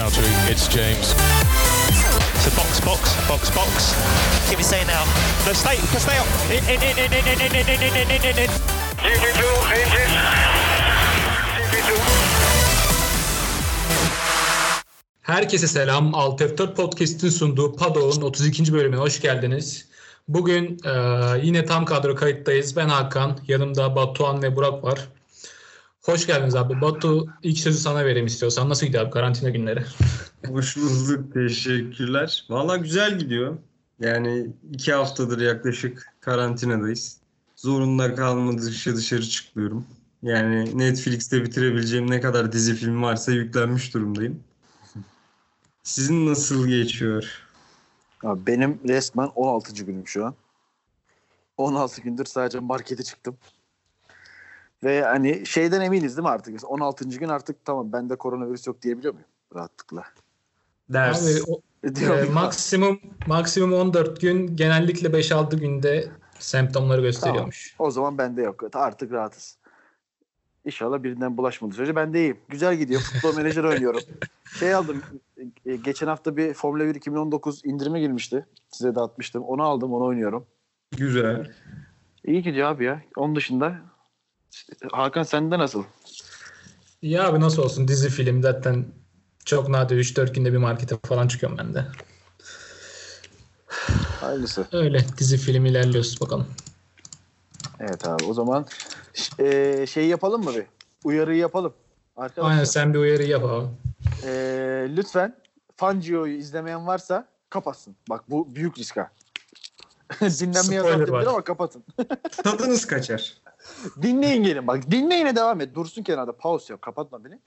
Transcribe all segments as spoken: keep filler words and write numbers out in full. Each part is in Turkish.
Valtteri, it's James. So box, box, box, box. Give me say now. No, stay, stay up. In, in, in, in, in, in, in, in, in, in, in, in. G P two, engine. G P two. Herkese selam. Alt F dört Podcast'in sunduğu Paddock'un otuz ikinci bölümüne hoş geldiniz. Bugün e, yine tam kadro kayıttayız. Ben Hakan, yanımda Batuhan ve Burak var. Hoş geldiniz abi. Batu, ilk sözü sana vereyim istiyorsan. Nasıl gidiyor abi karantina günleri? Hoş bulduk. Teşekkürler. Valla güzel gidiyor. Yani iki haftadır yaklaşık karantinadayız. Zorunda kalmadıkça dışarı çıkmıyorum. Yani Netflix'te bitirebileceğim ne kadar dizi film varsa yüklenmiş durumdayım. Sizin nasıl geçiyor? Abi benim resmen on altıncı günüm şu an. on altı gündür sadece markete çıktım. Ve hani şeyden eminiz değil mi artık? on altıncı gün artık tamam bende koronavirüs yok diyebiliyor muyum? Rahatlıkla. Ders. Abi, o, e, maksimum maksimum on dört gün, genellikle beş altı günde semptomları gösteriyormuş. Tamam. O zaman bende yok. Artık rahatız. İnşallah birinden bulaşmadığı sürece ben de iyiyim. Güzel gidiyor. Futbol menajer oynuyorum. Şey aldım. Geçen hafta bir Formula bir iki bin on dokuz indirime girmişti. Size de atmıştım. Onu aldım. Onu oynuyorum. Güzel. İyi gidiyor abi ya. Onun dışında Hakan sende nasıl? Ya abi nasıl olsun, dizi film zaten çok nadir üç dört günde bir markete falan çıkıyorum ben de. Hayırlısı. Öyle dizi film ilerliyoruz bakalım. Evet abi o zaman e, şey yapalım mı bir? Uyarıyı yapalım. Arkadaşlar. Aynen, sen bir uyarı yap abi. E, lütfen Fangio'yu izlemeyen varsa kapatsın. Bak bu büyük risk ha. Dinlenmeye Spoiler yasak var. ama kapatın. Tadınız kaçar. Dinleyin gelin bak. Dinleyine devam et. Dursun kenarda. Pause yap. Kapatma beni.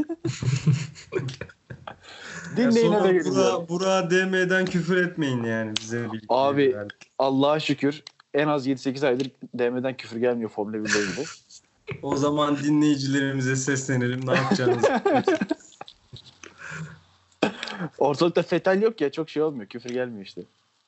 Dinleyine de gelin. Burak'a Burak D M'den küfür etmeyin yani bize. Abi Allah'a şükür en az yedi sekiz aydır D M'den küfür gelmiyor Formula bir'de ilgili. O zaman dinleyicilerimize seslenelim. Ne yapacağınız? Ortalıkta fetal yok ya. Çok şey olmuyor. Küfür gelmiyor işte.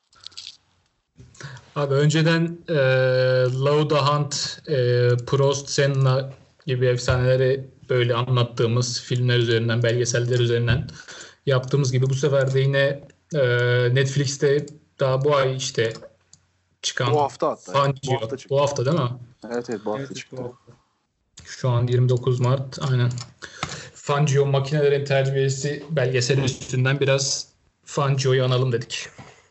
Abi önceden e, Lauda, Hunt, e, Prost, Senna gibi efsaneleri böyle anlattığımız filmler üzerinden, belgeseller üzerinden yaptığımız gibi bu sefer de yine e, Netflix'te daha bu ay işte çıkan Bu hafta hatta. Fangio. Bu hafta çıktı. Bu hafta değil mi? Evet evet bu hafta Evet, çıktı. bu. Şu an yirmi dokuz Mart, aynen. Fangio makinelerin terbiyesi belgeseli üstünden biraz Fangio'yu analım dedik.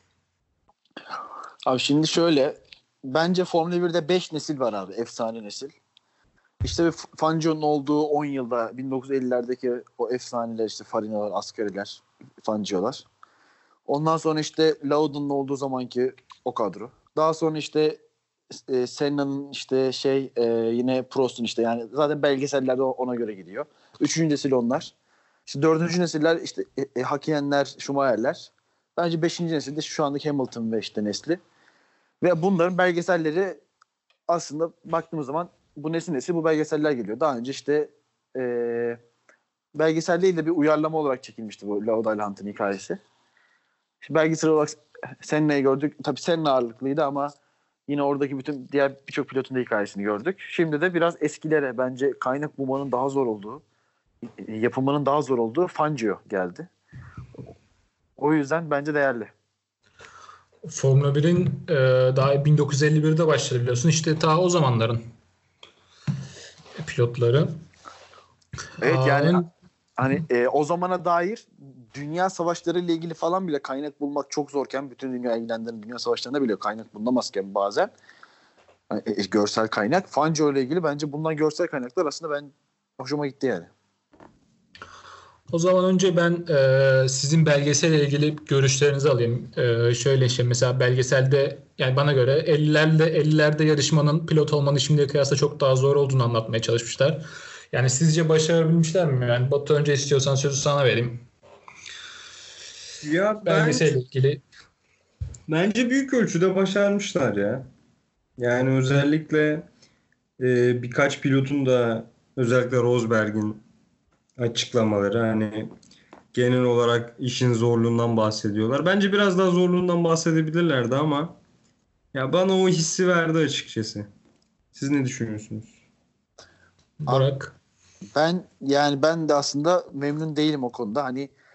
Abi şimdi şöyle. Bence Formula bir'de beş nesil var abi. Efsane nesil. İşte bir Fangio'nun olduğu on yılda bin dokuz yüz ellilerdeki o efsaneler işte Farina'lar, Ascari'ler, Fangio'lar. Ondan sonra işte Lauda'nın olduğu zamanki o kadro. Daha sonra işte e, Senna'nın işte şey e, yine Prost'un işte yani zaten belgesellerde ona göre gidiyor. Üçüncü nesil onlar. İşte dördüncü nesiller işte e, e, Hakinenler, Schumacher'ler. Bence beşinci nesilde şu andaki Hamilton ve işte nesli. Ve bunların belgeselleri aslında baktığımız zaman bu nesil nesil bu belgeseller geliyor. Daha önce işte e, belgesel değil de bir uyarlama olarak çekilmişti bu Lauda ile Hunt'ın hikayesi. İşte belgesel olarak Senna'yı gördük. Tabii Senna ağırlıklıydı ama yine oradaki bütün diğer birçok pilotun da hikayesini gördük. Şimdi de biraz eskilere bence kaynak bulmanın daha zor olduğu, yapımının daha zor olduğu Fangio geldi. O yüzden bence değerli. Formula bir'in e, daha bin dokuz yüz elli birde başladı biliyorsun. İşte ta o zamanların pilotları. Evet Aa, yani hani e, o zamana dair dünya savaşları ile ilgili falan bile kaynak bulmak çok zorken bütün dünya ilgilendiren dünya savaşlarında bile kaynak bulunamazken bazen hani, e, görsel kaynak Fangio ile ilgili bence bundan görsel kaynaklar aslında ben hoşuma gitti yani. O zaman önce ben e, sizin belgeselle ilgili görüşlerinizi alayım. E, şöyle işte mesela belgeselde yani bana göre ellilerde ellilerde yarışmanın pilot olmanın şimdiye kıyasla çok daha zor olduğunu anlatmaya çalışmışlar. Yani sizce başarabilmişler mi? Yani Batu, önce istiyorsan sözü sana vereyim. Ya ben, Belgeselle ilgili. bence büyük ölçüde başarmışlar ya. Yani özellikle e, birkaç pilotun da özellikle Rosberg'in açıklamaları hani genel olarak işin zorluğundan bahsediyorlar. Bence biraz daha zorluğundan bahsedebilirlerdi ama ya bana o hissi verdi açıkçası. Siz ne düşünüyorsunuz? Burak. Ben yani ben de aslında memnun değilim o konuda. Hani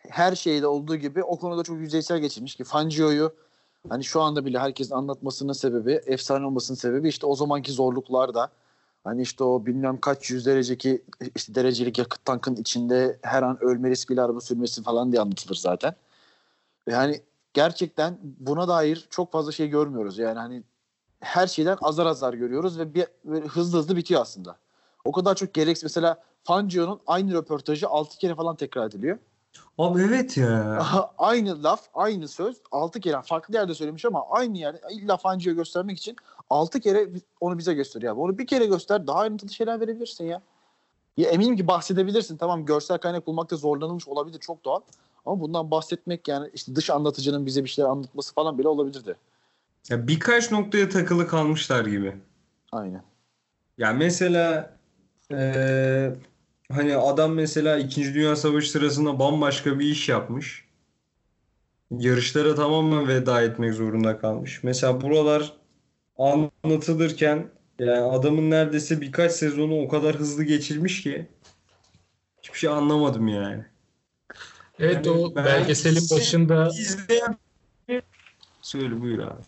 her şeyde olduğu gibi o konuda çok yüzeysel geçirmiş ki Fangio'yu hani şu anda bile herkesin anlatmasının sebebi, efsane olmasının sebebi işte o zamanki zorluklarda hani işte o bilmem kaç yüz dereceki işte derecelik yakıt tankın içinde her an ölme riskiyle araba sürmesi falan diye anlatılır zaten. Yani gerçekten buna dair çok fazla şey görmüyoruz. Yani hani her şeyden azar azar görüyoruz ve bir, böyle hızlı hızlı bitiyor aslında. O kadar çok gereksiz. Mesela Fangio'nun aynı röportajı altı kere falan tekrar ediliyor. Abi evet ya. Aynı laf, aynı söz altı kere farklı yerde söylemiş ama aynı yerde illa Fangio'yu göstermek için altı kere onu bize gösteriyor. Onu bir kere göster, daha ayrıntılı şeyler verebilirsin ya. Ya eminim ki bahsedebilirsin. Tamam, görsel kaynak bulmakta zorlanılmış olabilir, çok doğal. Ama bundan bahsetmek yani işte dış anlatıcının bize bir şeyler anlatması falan bile olabilirdi. Ya birkaç noktaya takılı kalmışlar gibi. Aynen. Ya mesela eee, hani adam mesela İkinci Dünya Savaşı sırasında bambaşka bir iş yapmış. Yarışlara tamamen veda etmek zorunda kalmış. Mesela buralar anlatılırken yani adamın neredeyse birkaç sezonu o kadar hızlı geçirmiş ki hiçbir şey anlamadım yani. Evet, Yani o ben belgeselin başında izleyen söyle buyur abi.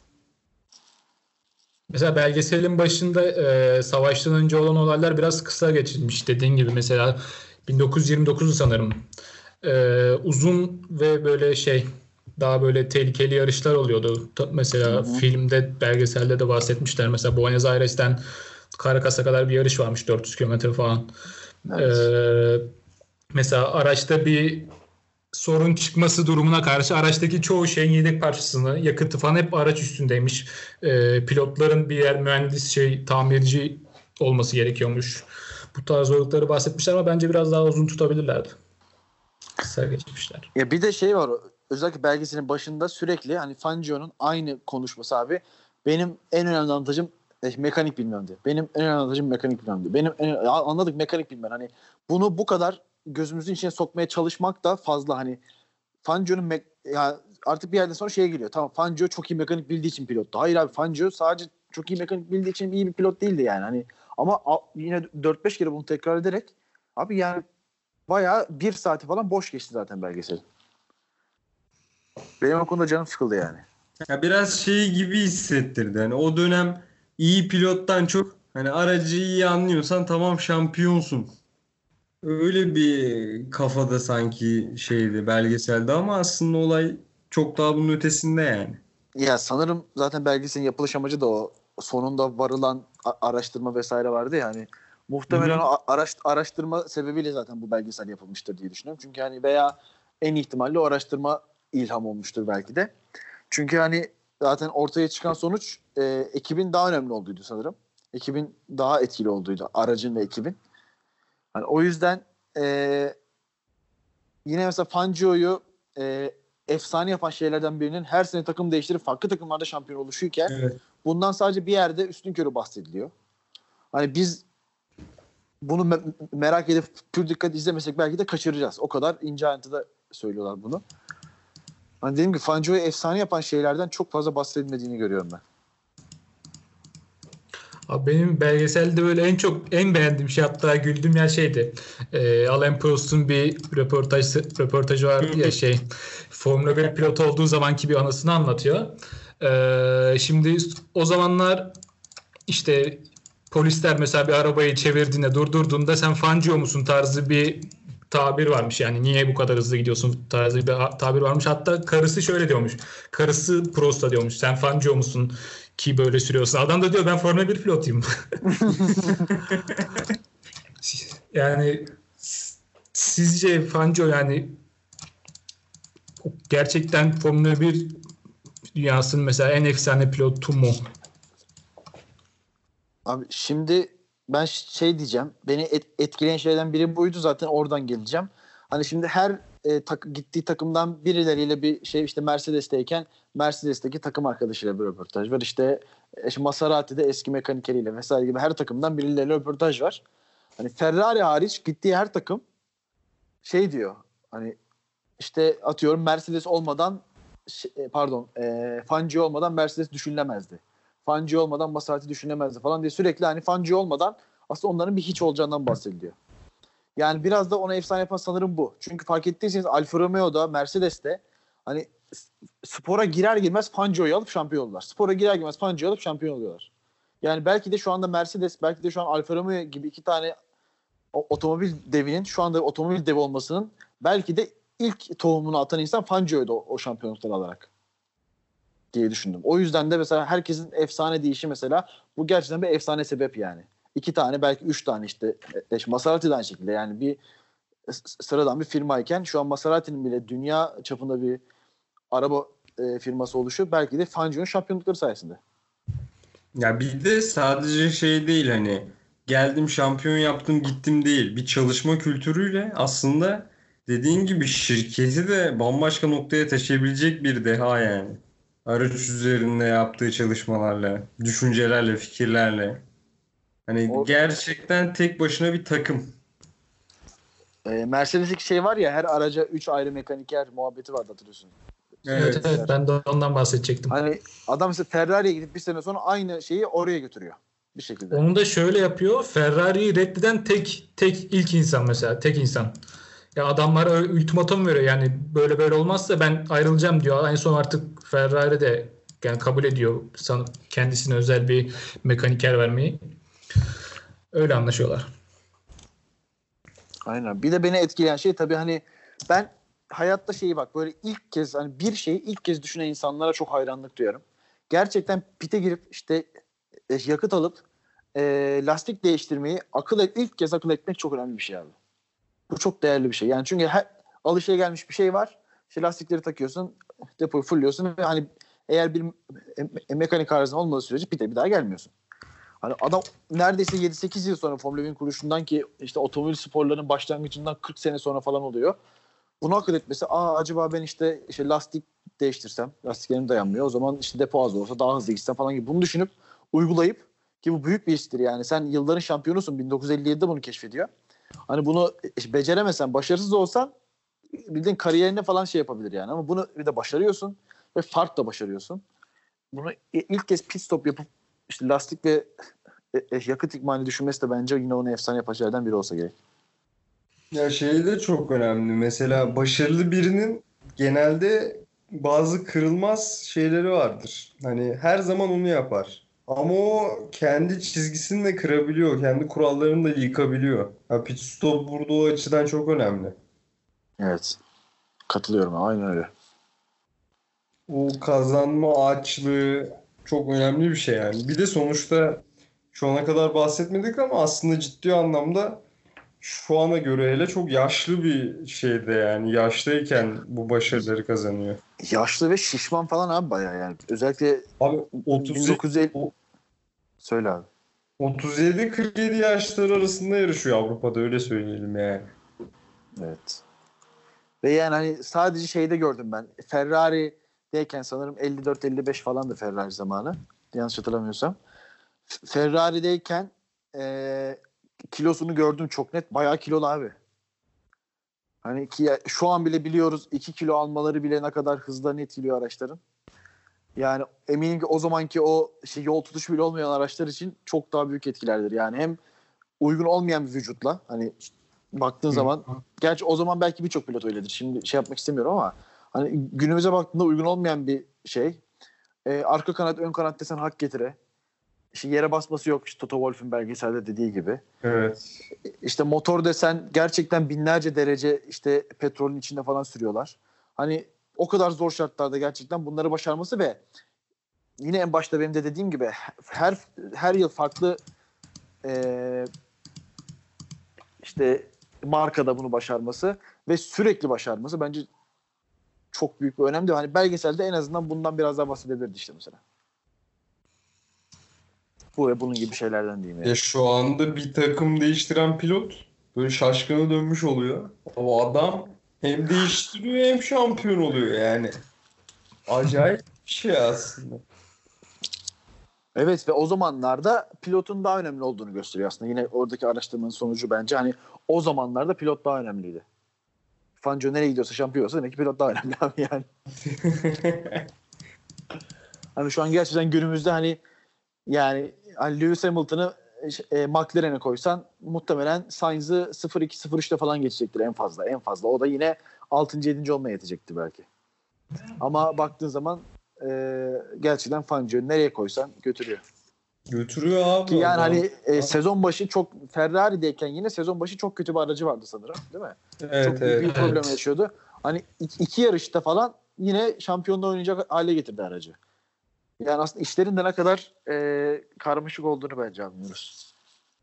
mesela belgeselin başında e, savaştan önce olan olaylar biraz kısa geçilmiş. Dediğin gibi mesela bin dokuz yüz yirmi dokuz sanırım. E, uzun ve böyle şey daha böyle tehlikeli yarışlar oluyordu. Ta- Mesela Hı hı. filmde, belgeselde de bahsetmişler. Mesela Buenos Aires'ten Caracas'a kadar bir yarış varmış, dört yüz kilometre falan. E, Evet. mesela araçta bir sorun çıkması durumuna karşı araçtaki çoğu şeyin yedek parçasını, yakıtı falan hep araç üstündeymiş. Ee, pilotların bir yer mühendis, şey tamirci olması gerekiyormuş. Bu tarz zorlukları bahsetmişler ama bence biraz daha uzun tutabilirlerdi. Kısa geçmişler. Ya bir de şey var, özellikle belgeselin başında sürekli hani Fangio'nun aynı konuşması abi. Benim en önemli avantajım e, mekanik bilmem diye. Benim en önemli avantajım mekanik bilmem diye. Benim en, ya anladık mekanik bilmem. Hani bunu bu kadar gözümüzün içine sokmaya çalışmak da fazla hani Fangio'nun me- ya artık bir yerden sonra şeye geliyor. Tamam, Fangio çok iyi mekanik bildiği için pilottu. Hayır abi, Fangio sadece çok iyi mekanik bildiği için iyi bir pilot değildi yani. Hani ama a- yine dört beş kere bunu tekrar ederek abi yani bayağı bir saati falan boş geçti zaten belgesel. Benim o konuda canım sıkıldı yani. Ya biraz şey gibi hissettirdi. Hani o dönem iyi pilottan çok hani aracı iyi anlıyorsan tamam şampiyonsun. Öyle bir kafada sanki şeydi belgeselde ama aslında olay çok daha bunun ötesinde yani. Ya sanırım zaten belgeselin yapılış amacı da o. Sonunda varılan a- araştırma vesaire vardı ya hani. Hı Muhtemelen hı. o a- araş- araştırma sebebiyle zaten bu belgesel yapılmıştır diye düşünüyorum. Çünkü hani veya en ihtimalle o araştırma ilham olmuştur belki de. Çünkü hani zaten ortaya çıkan sonuç e, ekibin daha önemli olduğuydu sanırım. Ekibin daha etkili olduğuydu. Aracın ve ekibin. Hani o yüzden e, yine mesela Fangio'yu e, efsane yapan şeylerden birinin her sene takım değiştirip farklı takımlarda şampiyon oluşuyken Evet. bundan sadece bir yerde üstünkörü bahsediliyor. Hani biz bunu me- merak edip pür dikkat izlemesek belki de kaçıracağız. O kadar ince ayrıntıda söylüyorlar bunu. Hani dediğim gibi Fangio'yu efsane yapan şeylerden çok fazla bahsedilmediğini görüyorum ben. Abi benim belgeselde böyle en çok en beğendiğim şey, hatta güldüğüm yer şeydi. Ee, Alain Prost'un bir röportaj röportajı vardı ya, şey Formula bir pilot olduğu zamanki bir anısını anlatıyor. Ee, şimdi o zamanlar işte polisler mesela bir arabayı çevirdiğinde, durdurduğunda sen Fangio musun tarzı bir tabir varmış. Yani niye bu kadar hızlı gidiyorsun tarzı bir tabir varmış. Hatta karısı şöyle diyormuş. Karısı Prost'a diyormuş. Sen Fangio musun ki böyle sürüyorsun? Adam da diyor ben Formula bir pilotuyum. Yani sizce Fangio yani gerçekten Formula bir dünyasının mesela en efsane pilotu mu? Abi şimdi ben şey diyeceğim. Beni et, etkileyen şeylerden biri buydu, zaten oradan geleceğim. Hani şimdi her e, tak, gittiği takımdan birileriyle bir şey, işte Mercedes'teyken Mercedes'teki takım arkadaşıyla bir röportaj var. İşte, e, işte Maserati'de eski mekanikeriyle vesaire gibi her takımdan birileriyle röportaj var. Hani Ferrari hariç gittiği her takım şey diyor. Hani işte atıyorum Mercedes olmadan şey- pardon e, Fangio olmadan Mercedes düşünülemezdi. Fangio olmadan Maserati düşünülemezdi falan diye sürekli hani Fangio olmadan aslında onların bir hiç olacağından bahsediliyor. Yani biraz da ona efsane yapan sanırım bu. Çünkü fark ettiyseniz Alfa Romeo'da, Mercedes'te hani spora girer girmez Fangio'yu alıp şampiyon oldular. Spora girer girmez Fangio'yu alıp şampiyon oluyorlar. Yani belki de şu anda Mercedes, belki de şu an Alfa Romeo gibi iki tane otomobil devinin, şu anda otomobil devi olmasının belki de ilk tohumunu atan insan Fangio'ydu o, o şampiyonlukları alarak diye düşündüm. O yüzden de mesela herkesin efsane deyişi mesela bu gerçekten bir efsane sebep yani. İki tane belki üç tane işte Maserati de aynı şekilde yani bir sıradan bir firmayken şu an Maserati'nin bile dünya çapında bir araba e, firması oluşu belki de Fangio'nun şampiyonlukları sayesinde. Ya bir de sadece şey değil hani geldim şampiyon yaptım gittim değil. Bir çalışma kültürüyle aslında dediğin gibi şirketi de bambaşka noktaya taşıyabilecek bir deha yani. Araç üzerinde yaptığı çalışmalarla, düşüncelerle, fikirlerle. Hani O, gerçekten tek başına bir takım. e, Mercedes'deki şey var ya her araca üç ayrı mekaniker muhabbeti vardı hatırlıyorsun. Evet, Evet. evet ben de ondan bahsedecektim. Hani adam mesela Ferrari'ye gidip bir sene sonra aynı şeyi oraya götürüyor bir şekilde. Onu da şöyle yapıyor. Ferrari'yi reddeden tek tek ilk insan mesela. Tek insan. Ya adamlar öyle ultimatum veriyor. Yani böyle böyle olmazsa ben ayrılacağım diyor. En son artık Ferrari de yani kabul ediyor kendisine özel bir mekaniker vermeyi. Öyle anlaşıyorlar. Aynen. Bir de beni etkileyen şey tabii hani ben hayatta şeyi bak böyle ilk kez hani bir şeyi ilk kez düşünen insanlara çok hayranlık duyarım. Gerçekten pite girip işte e, yakıt alıp e, lastik değiştirmeyi akıl et, ilk kez akıl etmek çok önemli bir şey abi. Bu çok değerli bir şey. Yani çünkü her alışığa gelmiş bir şey var. İşte lastikleri takıyorsun, depoyu fulluyorsun ve hani eğer bir me- mekanik arızan olmadığı sürece pite bir daha gelmiyorsun. Hani adam neredeyse yedi sekiz yıl sonra Formula bir kuruluşundan ki işte otomobil sporlarının başlangıcından kırk sene sonra falan oluyor. Bunu akıl etmesi, aa acaba ben işte, işte lastik değiştirsem, lastiklerim dayanmıyor. O zaman işte depo az olsa daha hızlı gitsem falan gibi. Bunu düşünüp uygulayıp ki bu büyük bir iştir yani. Sen yılların şampiyonusun. bin dokuz yüz elli yedide bunu keşfediyor. Hani bunu işte beceremesen, başarısız olsan bildiğin kariyerine falan şey yapabilir yani. Ama bunu bir de başarıyorsun ve fark da başarıyorsun. Bunu ilk kez pit stop yapıp işte lastik ve yakıt ikmalini düşünmesi de bence yine onu efsane yapacaklardan biri olsa gerek. Ya şey de çok önemli. Mesela başarılı birinin genelde bazı kırılmaz şeyleri vardır. Hani her zaman onu yapar. Ama o kendi çizgisini de kırabiliyor. Kendi kurallarını da yıkabiliyor. Ha, pit stop burada o açıdan çok önemli. Evet. Katılıyorum. Aynen öyle. O kazanma açlığı çok önemli bir şey yani. Bir de sonuçta şu ana kadar bahsetmedik ama aslında ciddi anlamda şu ana göre hele çok yaşlı bir şeyde yani. Yaşlıyken bu başarıları kazanıyor. Yaşlı ve şişman falan abi bayağı yani. Özellikle Abi otuz bin dokuz yüz elli o- Söyle abi. otuz yedi kırk yedi yaşları arasında yarışıyor Avrupa'da öyle söyleyelim yani. Evet. Ve yani hani sadece şeyde gördüm ben. Ferrari'deyken sanırım elli dört elli beş falandı Ferrari zamanı. Yanlış hatırlamıyorsam. F- Ferrari'deyken e, kilosunu gördüm çok net. Bayağı kilolu abi. Hani ki ya- şu an bile biliyoruz iki kilo almaları bile ne kadar hızlarını etkiliyor araçların. Yani eminim ki o zamanki o şey yol tutuşu bile olmayan araçlar için çok daha büyük etkilerdir. Yani hem uygun olmayan bir vücutla hani baktığın zaman gerçi o zaman belki birçok pilot öyledir. Şimdi şey yapmak istemiyorum ama hani günümüze baktığında uygun olmayan bir şey. Ee, arka kanat ön kanat desen hak getire. İşte yere basması yok işte Toto Wolff'un belgeselde dediği gibi. Evet. İşte motor desen gerçekten binlerce derece işte petrolün içinde falan sürüyorlar. Hani o kadar zor şartlarda gerçekten bunları başarması ve yine en başta benim de dediğim gibi her her yıl farklı e, işte markada bunu başarması ve sürekli başarması bence çok büyük bir önemli. Hani belgeselde en azından bundan biraz daha bahsedebilirdi işte mesela. Bu ve bunun gibi şeylerden diyeyim yani. Ya şu anda bir takım değiştiren pilot böyle şaşkına dönmüş oluyor. O adam hem değiştiriyor hem şampiyon oluyor yani. Acayip bir şey aslında. Evet ve o zamanlarda pilotun daha önemli olduğunu gösteriyor aslında. Yine oradaki araştırmanın sonucu bence hani o zamanlarda pilot daha önemliydi. Fangio nereye gidiyorsa şampiyon olsa demek ki pilot daha önemli abi yani. Hani şu an gerçekten günümüzde hani yani hani Lewis Hamilton'ı e, McLaren'e koysan muhtemelen Sainz'ı sıfır iki sıfır üçte falan geçecektir en fazla. En fazla. O da yine altıncı yedinci olmaya yetecekti belki. Ama baktığın zaman e, gerçekten Fangio nereye koysan götürüyor. Götürüyor abi. Ki yani adam. hani e, sezon başı çok Ferrari'deyken yine sezon başı çok kötü bir aracı vardı sanırım, değil mi? Evet, çok büyük evet. bir problem Evet. yaşıyordu. Hani iki, iki yarışta falan yine şampiyonluğa oynayacak hale getirdi aracı. Yani aslında işlerin de ne kadar e, karmaşık olduğunu bence anlıyoruz.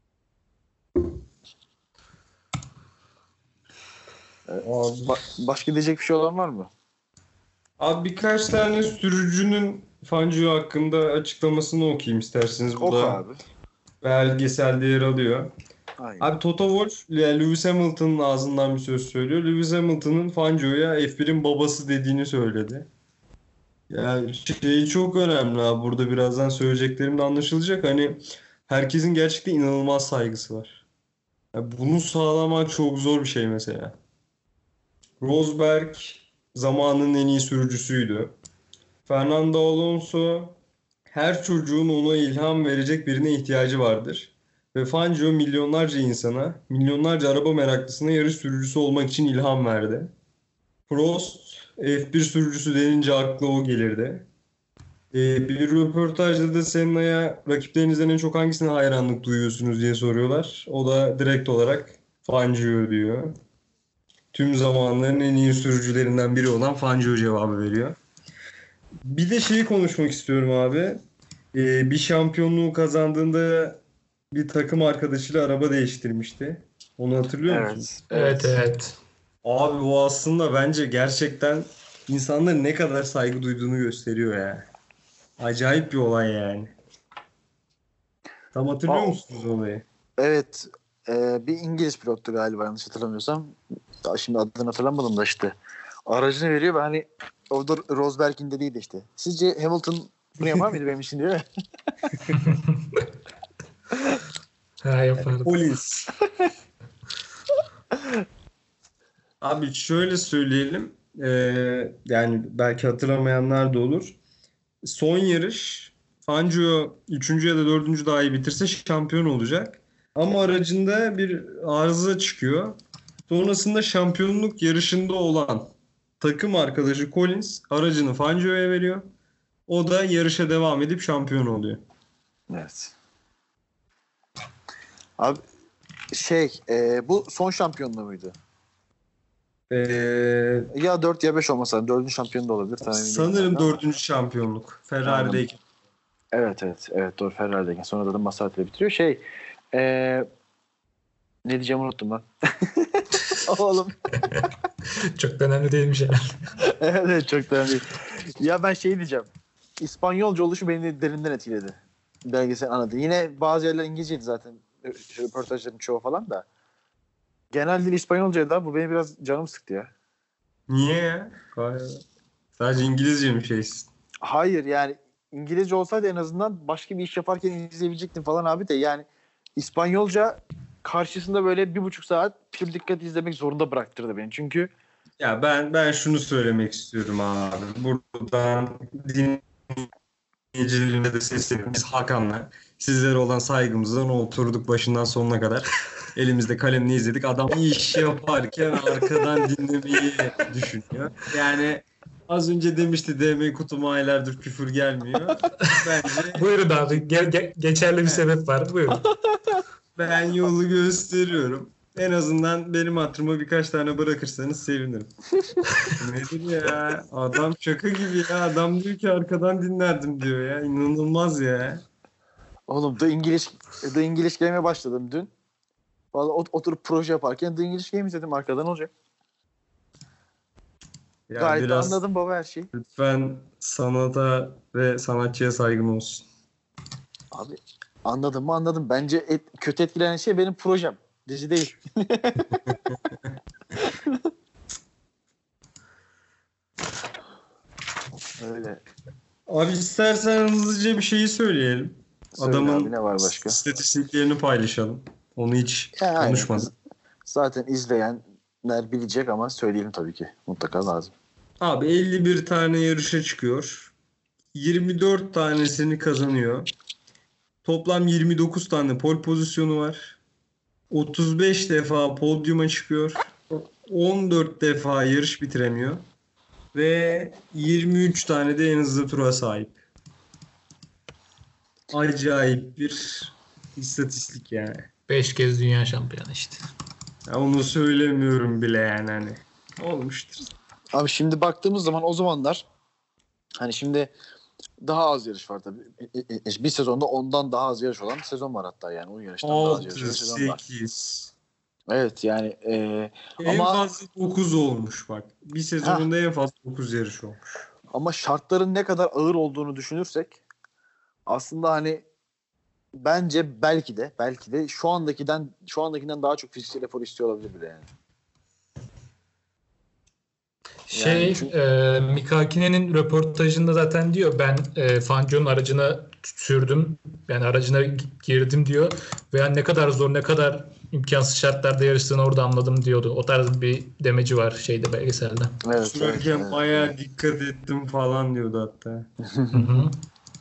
Evet. Ba- başka diyecek bir şey olan var mı? Abi birkaç tane sürücünün Fangio hakkında açıklamasını okuyayım isterseniz. Bu Oku da abi. belgeselde yer alıyor. Aynen. Abi Toto Wolff Lewis Hamilton'ın ağzından bir söz söylüyor. Lewis Hamilton'ın Fangio'ya F bir'in babası dediğini söyledi. Yani şey çok önemli abi. Burada birazdan söyleyeceklerim de anlaşılacak. Hani herkesin gerçekten inanılmaz saygısı var. Yani bunu sağlamak çok zor bir şey mesela. Rosberg zamanın en iyi sürücüsüydü. Fernando Alonso her çocuğun ona ilham verecek birine ihtiyacı vardır. Ve Fangio milyonlarca insana, milyonlarca araba meraklısına yarış sürücüsü olmak için ilham verdi. Prost F bir sürücüsü denince akla o gelirdi. Ee, bir röportajda da Senna'ya rakiplerinizden en çok hangisine hayranlık duyuyorsunuz diye soruyorlar. O da direkt olarak Fangio diyor. Tüm zamanların en iyi sürücülerinden biri olan Fangio cevabı veriyor. Bir de şeyi konuşmak istiyorum abi. Ee, bir şampiyonluğu kazandığında bir takım arkadaşıyla araba değiştirmişti. Onu hatırlıyor musun? Evet. Evet evet. Abi o aslında bence gerçekten insanların ne kadar saygı duyduğunu gösteriyor ya. Acayip bir olay yani. Tam hatırlıyor Aa, musunuz olayı? Evet. E, bir İngiliz pilottu galiba yanlış hatırlamıyorsam. Daha şimdi adını hatırlamadım da işte. Aracını veriyor ve hani orada Rosberg'in dediğiydi işte. Sizce Hamilton bunu yapar mıydı benim için diyor. Ha yapardım. Polis. Abi şöyle söyleyelim. Ee, yani belki hatırlamayanlar da olur. Son yarış Fangio üçüncü ya da dördüncü dahi bitirse şampiyon olacak. Ama aracında bir arıza çıkıyor. Sonrasında şampiyonluk yarışında olan takım arkadaşı Collins aracını Fangio'ya veriyor. O da yarışa devam edip şampiyon oluyor. Evet. Abi şey e, bu son şampiyonluğu muydu? Ee, Ya dört ya beş olmasa dördüncü şampiyon da olabilir. Tamam, emin değilim sanırım ben de ama. dördüncü şampiyonluk. Ferrari'deyken. Evet evet evet doğru Ferrari'deyken sonra da Maserati'yle bitiriyor. Şey e, ne diyeceğimi unuttum ben. Oğlum. Çok da önemli değilmiş yani. Evet evet, çok da önemli. Ya ben şey diyeceğim. İspanyolca oluşu beni derinden etkiledi. Belgesel anadı. Yine bazı yerler İngilizceydi zaten. Röportajların çoğu falan da. Genel dil İspanyolcaydı da bu beni biraz canım sıktı ya. Niye ya? Gayet- Sadece İngilizce mi şeysin? Hayır yani İngilizce olsaydı en azından başka bir iş yaparken izleyebilecektim falan abi de yani İspanyolca karşısında böyle bir buçuk saat pür dikkat izlemek zorunda bıraktırdı beni. Çünkü Ya ben ben şunu söylemek istiyorum abi. Buradan dinleyicilerine de sesleniyorum. Biz Hakan'la sizlere olan saygımızdan oturduk başından sonuna kadar. Elimizde kalemle izledik. Adam iyi iş yaparken arkadan dinlemeyi düşünüyor. Yani az önce demişti D M kutuma aylardır küfür gelmiyor. Bence Buyurun abi. Ge- ge- geçerli bir sebep var. Buyurun. ben yolu gösteriyorum. En azından benim hatırıma birkaç tane bırakırsanız sevinirim. Nedir ya? Adam şaka gibi ya. Adam diyor ki arkadan dinlerdim diyor ya. İnanılmaz ya. oğlum The English, The English Game'e başladım dün. Vallahi ot- oturup proje yaparken The English Game izledim arkadan olacak. Ya Gayet de biraz anladım baba her şeyi. lütfen sanata ve sanatçıya saygın olsun. Abi anladım mı anladım. Bence et, kötü etkilenen şey benim projem. Dizi değil. Öyle. Abi istersen hızlıca bir şeyi söyleyelim. Söyle Adamın abi, ne var başka? istatistiklerini paylaşalım. Onu hiç Yani, konuşmadık. zaten izleyenler bilecek ama söyleyelim tabii ki. Mutlaka lazım. Abi elli bir tane yarışa çıkıyor. yirmi dört tanesini kazanıyor. Toplam yirmi dokuz tane pole pozisyonu var. otuz beş defa podyuma çıkıyor. on dört defa yarış bitiremiyor. Ve yirmi üç tane de en hızlı tura sahip. Acayip bir istatistik yani. beş kez dünya şampiyonu işte. Ya onu söylemiyorum bile yani hani. Olmuştur. Abi şimdi baktığımız zaman o zamanlar hani şimdi daha az yarış var tabii. E, e, e, Bir sezonda ondan daha az yarış olan bir sezon var hatta yani. On yarıştan daha az yarış olan altı, sezon var. sekiz. Evet yani e, En ama fazla dokuz olmuş bak. Bir sezonunda en fazla dokuz yarış olmuş. ama şartların ne kadar ağır olduğunu düşünürsek aslında hani bence belki de belki de şu andakinden şu andakinden daha çok fiziksel efor istiyor olabilir bile yani. Şey, Yani çünkü- e, Mika Hakkinen'in röportajında zaten diyor ben e, Fangio'nun aracına sürdüm. Yani aracına gi- girdim diyor. Ve yani ne kadar zor, ne kadar imkansız şartlarda yarıştığını orada anladım diyordu. O tarz bir demeci var şeyde, belgeselde. Evet, evet, Sürerken evet. bayağı dikkat ettim falan diyordu hatta. Hı hı.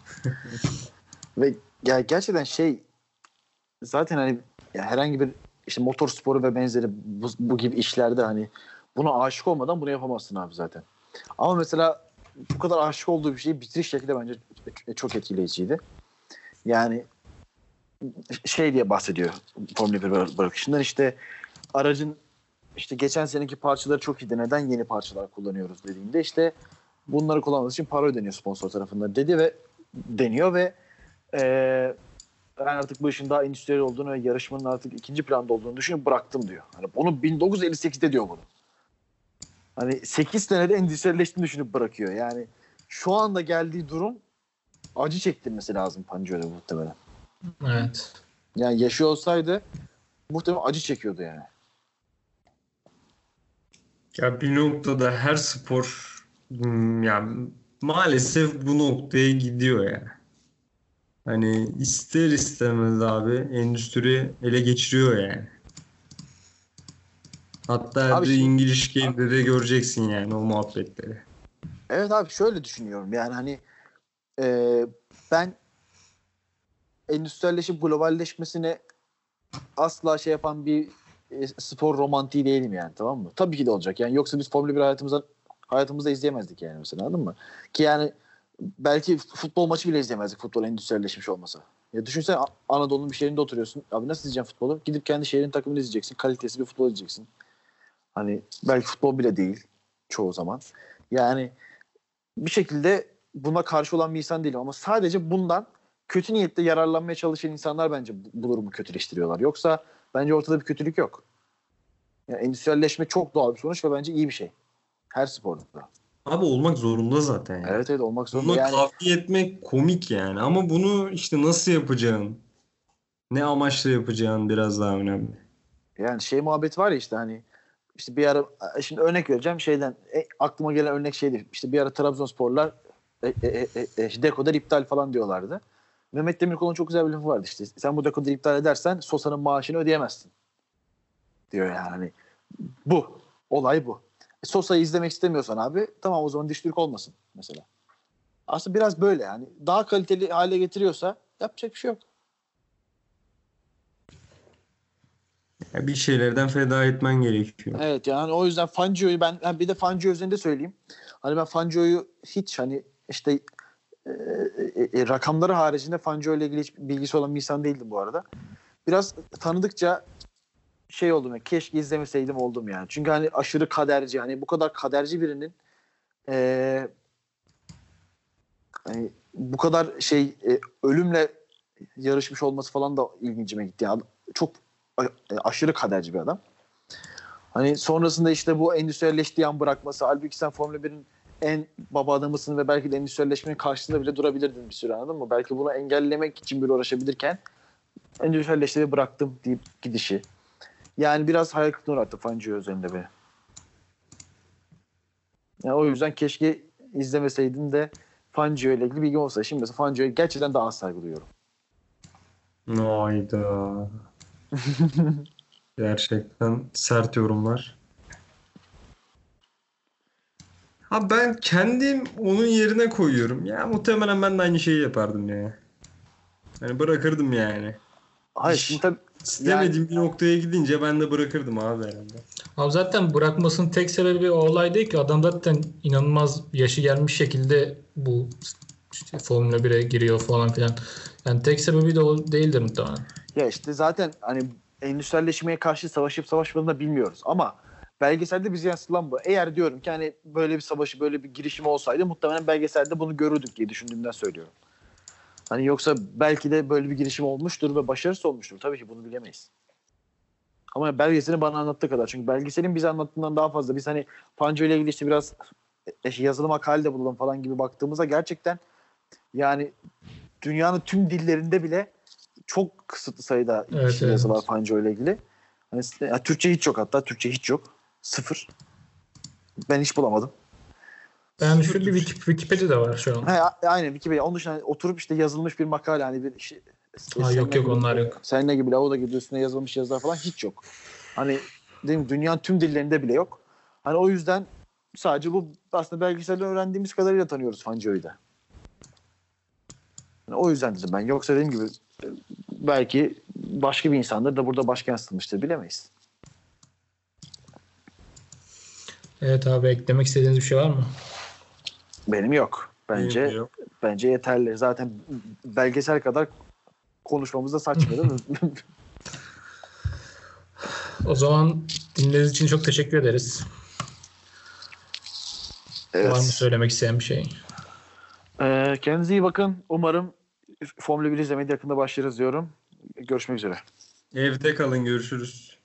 Ve ya gerçekten şey zaten hani ya herhangi bir işte motor sporu ve benzeri bu, bu gibi işlerde hani buna aşık olmadan bunu yapamazsın abi zaten. Ama mesela bu kadar aşık olduğu bir şeyi bitiriş şekli bence çok etkileyiciydi. Yani şey diye bahsediyor Formula bir bırakışından işte aracın işte geçen seneki parçaları çok iyiydi. Neden yeni parçalar kullanıyoruz dediğinde işte bunları kullanmak için para ödeniyor sponsor tarafından dedi ve deniyor ve eee ben artık bu işin daha endüstriyel olduğunu ve yarışmanın artık ikinci planda olduğunu düşünüp bıraktım diyor. Hani bunu bin dokuz yüz elli sekizde diyor bunu. Hani sekiz senede endüstriyelleştiğini düşünüp bırakıyor. Yani şu anda geldiği durum acı çektirmesi lazım Fangio'da muhtemelen. Evet. Yani yaşıyor olsaydı muhtemelen acı çekiyordu yani. Ya bir noktada her spor hmm, yani maalesef bu noktaya gidiyor ya. Hani ister istemez abi endüstri ele geçiriyor yani. Hatta Abi The şimdi- English Game'de de göreceksin yani o muhabbetleri. Evet abi şöyle düşünüyorum. Yani hani e, ben endüstriyelleşip globalleşmesine asla şey yapan bir e, spor romantiği değilim yani, tamam mı? Tabii ki de olacak. Yani yoksa biz Formula bir hayatımızda hayatımızda izleyemezdik yani mesela, anladın mı? Ki yani belki futbol maçı bile izleyemezdik futbol endüstriyelleşmiş olmasa. Ya düşünsene A- Anadolu'nun bir şehrinde oturuyorsun. Abi nasıl izleyeceksin futbolu? Gidip kendi şehrin takımını izleyeceksin. Kalitesi bir futbol izleyeceksin. Hani belki futbol bile değil çoğu zaman. Yani bir şekilde buna karşı olan bir insan değilim ama sadece bundan kötü niyetle yararlanmaya çalışan insanlar bence bu bu durumu kötüleştiriyorlar. Yoksa bence ortada bir kötülük yok. Yani endüstriyelleşme çok doğal bir sonuç ve bence iyi bir şey. Her sporda. Abi olmak zorunda zaten yani. Evet evet olmak zorunda. Bunu Yani kavga etmek komik yani ama bunu işte nasıl yapacağın, ne amaçla yapacağın biraz daha önemli. yani şey muhabbet var ya işte hani işte bir ara şimdi örnek vereceğim şeyden e, aklıma gelen örnek şeydi. İşte bir ara Trabzonsporlar e, e, e, e, dekoder iptal falan diyorlardı. Mehmet Demirkol'un çok güzel bir lafı vardı işte. Sen bu dekoderi iptal edersen Sosa'nın maaşını ödeyemezsin. Diyor yani. Bu. Olay bu. E, Sosa'yı izlemek istemiyorsan abi tamam o zaman diş Türk olmasın mesela. Aslında biraz böyle yani. Daha kaliteli hale getiriyorsa yapacak bir şey yok. Ya bir şeylerden feda etmen gerekiyor. Evet yani o yüzden Fangio'yu ben yani bir de Fangio üzerinde söyleyeyim. Hani ben Fangio'yu hiç hani işte e, e, e, rakamları haricinde Fangio ile ilgili hiç bilgisi olan bir insan değildim bu arada. Biraz tanıdıkça şey oldum ya, keşke izlemeseydim oldum yani. Çünkü hani aşırı kaderci, hani bu kadar kaderci birinin e, hani bu kadar şey e, ölümle yarışmış olması falan da ilgincime gitti. Yani çok a- aşırı kaderci bir adam. Hani sonrasında işte bu endüstriyelleştiği an bırakması. Halbuki sen Formula birin en baba adamısın ve belki de endüstriyelleşmenin karşısında bile durabilirdin bir süre, anladın mı? Belki bunu engellemek için bir uğraşabilirken endüstriyelleştiği bıraktım deyip gidişi. Yani biraz hayal kırıklığına uğrattı Fangio özelinde beni. Yani o yüzden keşke izlemeseydin de Fangio ile ilgili bilgim olsa. Şimdi mesela Fangio'ya gerçekten daha az saygı duyuyorum. Hayda. Gerçekten sert yorumlar. Ha ben kendim onun yerine koyuyorum. Ya muhtemelen ben de aynı şeyi yapardım ya. Hani bırakırdım yani. Hayır şimdi tabii İstemediğim bir noktaya gidince ben de bırakırdım abi herhalde. Abi zaten bırakmasının tek sebebi o olay değil ki. Adam zaten inanılmaz yaşı gelmiş şekilde bu işte Formula bire giriyor falan filan. Yani tek sebebi de o değildir muhtemelen. ya işte zaten hani endüstriyelleşmeye karşı savaşıp savaşmadığını da bilmiyoruz ama belgeselde bize yansıtılan bu. Eğer diyorum ki hani böyle bir savaşı, böyle bir girişim olsaydı muhtemelen belgeselde bunu görürdük diye düşündüğümden söylüyorum. Hani yoksa belki de böyle bir girişim olmuştur ve başarısız olmuştur. Tabii ki bunu bilemeyiz. Ama belgeselin bana anlattığı kadar. Çünkü belgeselin bize anlattığından daha fazla. Biz hani Fangio ile ilgili işte biraz yazılı makale bulalım falan gibi baktığımızda gerçekten yani dünyanın tüm dillerinde bile çok kısıtlı sayıda Evet, şey evet. yazı var Fangio ile ilgili. Hani, ya, Türkçe hiç yok hatta. Türkçe hiç yok. Sıfır. Ben hiç bulamadım. Ben şu bir Wiki- Wikipedia'da var şu an. He, a- aynen Wikipedia. Onun dışında hani oturup işte yazılmış bir makale hani bir şey. Ha, yok yok onlar yok. Seninle gibi Lavoda gibi üstüne yazılmış yazılar falan hiç yok. Hani değil mi, dünyanın tüm dillerinde bile yok. Hani o yüzden sadece bu aslında belgeselden öğrendiğimiz kadarıyla tanıyoruz Fangio'yu da. Yani o yüzden dedim ben. Yoksa dediğim gibi belki başka bir insandır da burada başka yansıtılmıştır, bilemeyiz. Evet abi, eklemek istediğiniz bir şey var mı? Benim yok. Bence Benim de yok. bence yeterli. Zaten belgesel kadar konuşmamız da saçma değil mi? O zaman dinlediğiniz için çok teşekkür ederiz. Evet. Var mı söylemek isteyen bir şey? Ee, kendinize iyi bakın. Umarım Formula bir izlemeye de yakında başlarız diyorum. Görüşmek üzere. Evde kalın, görüşürüz.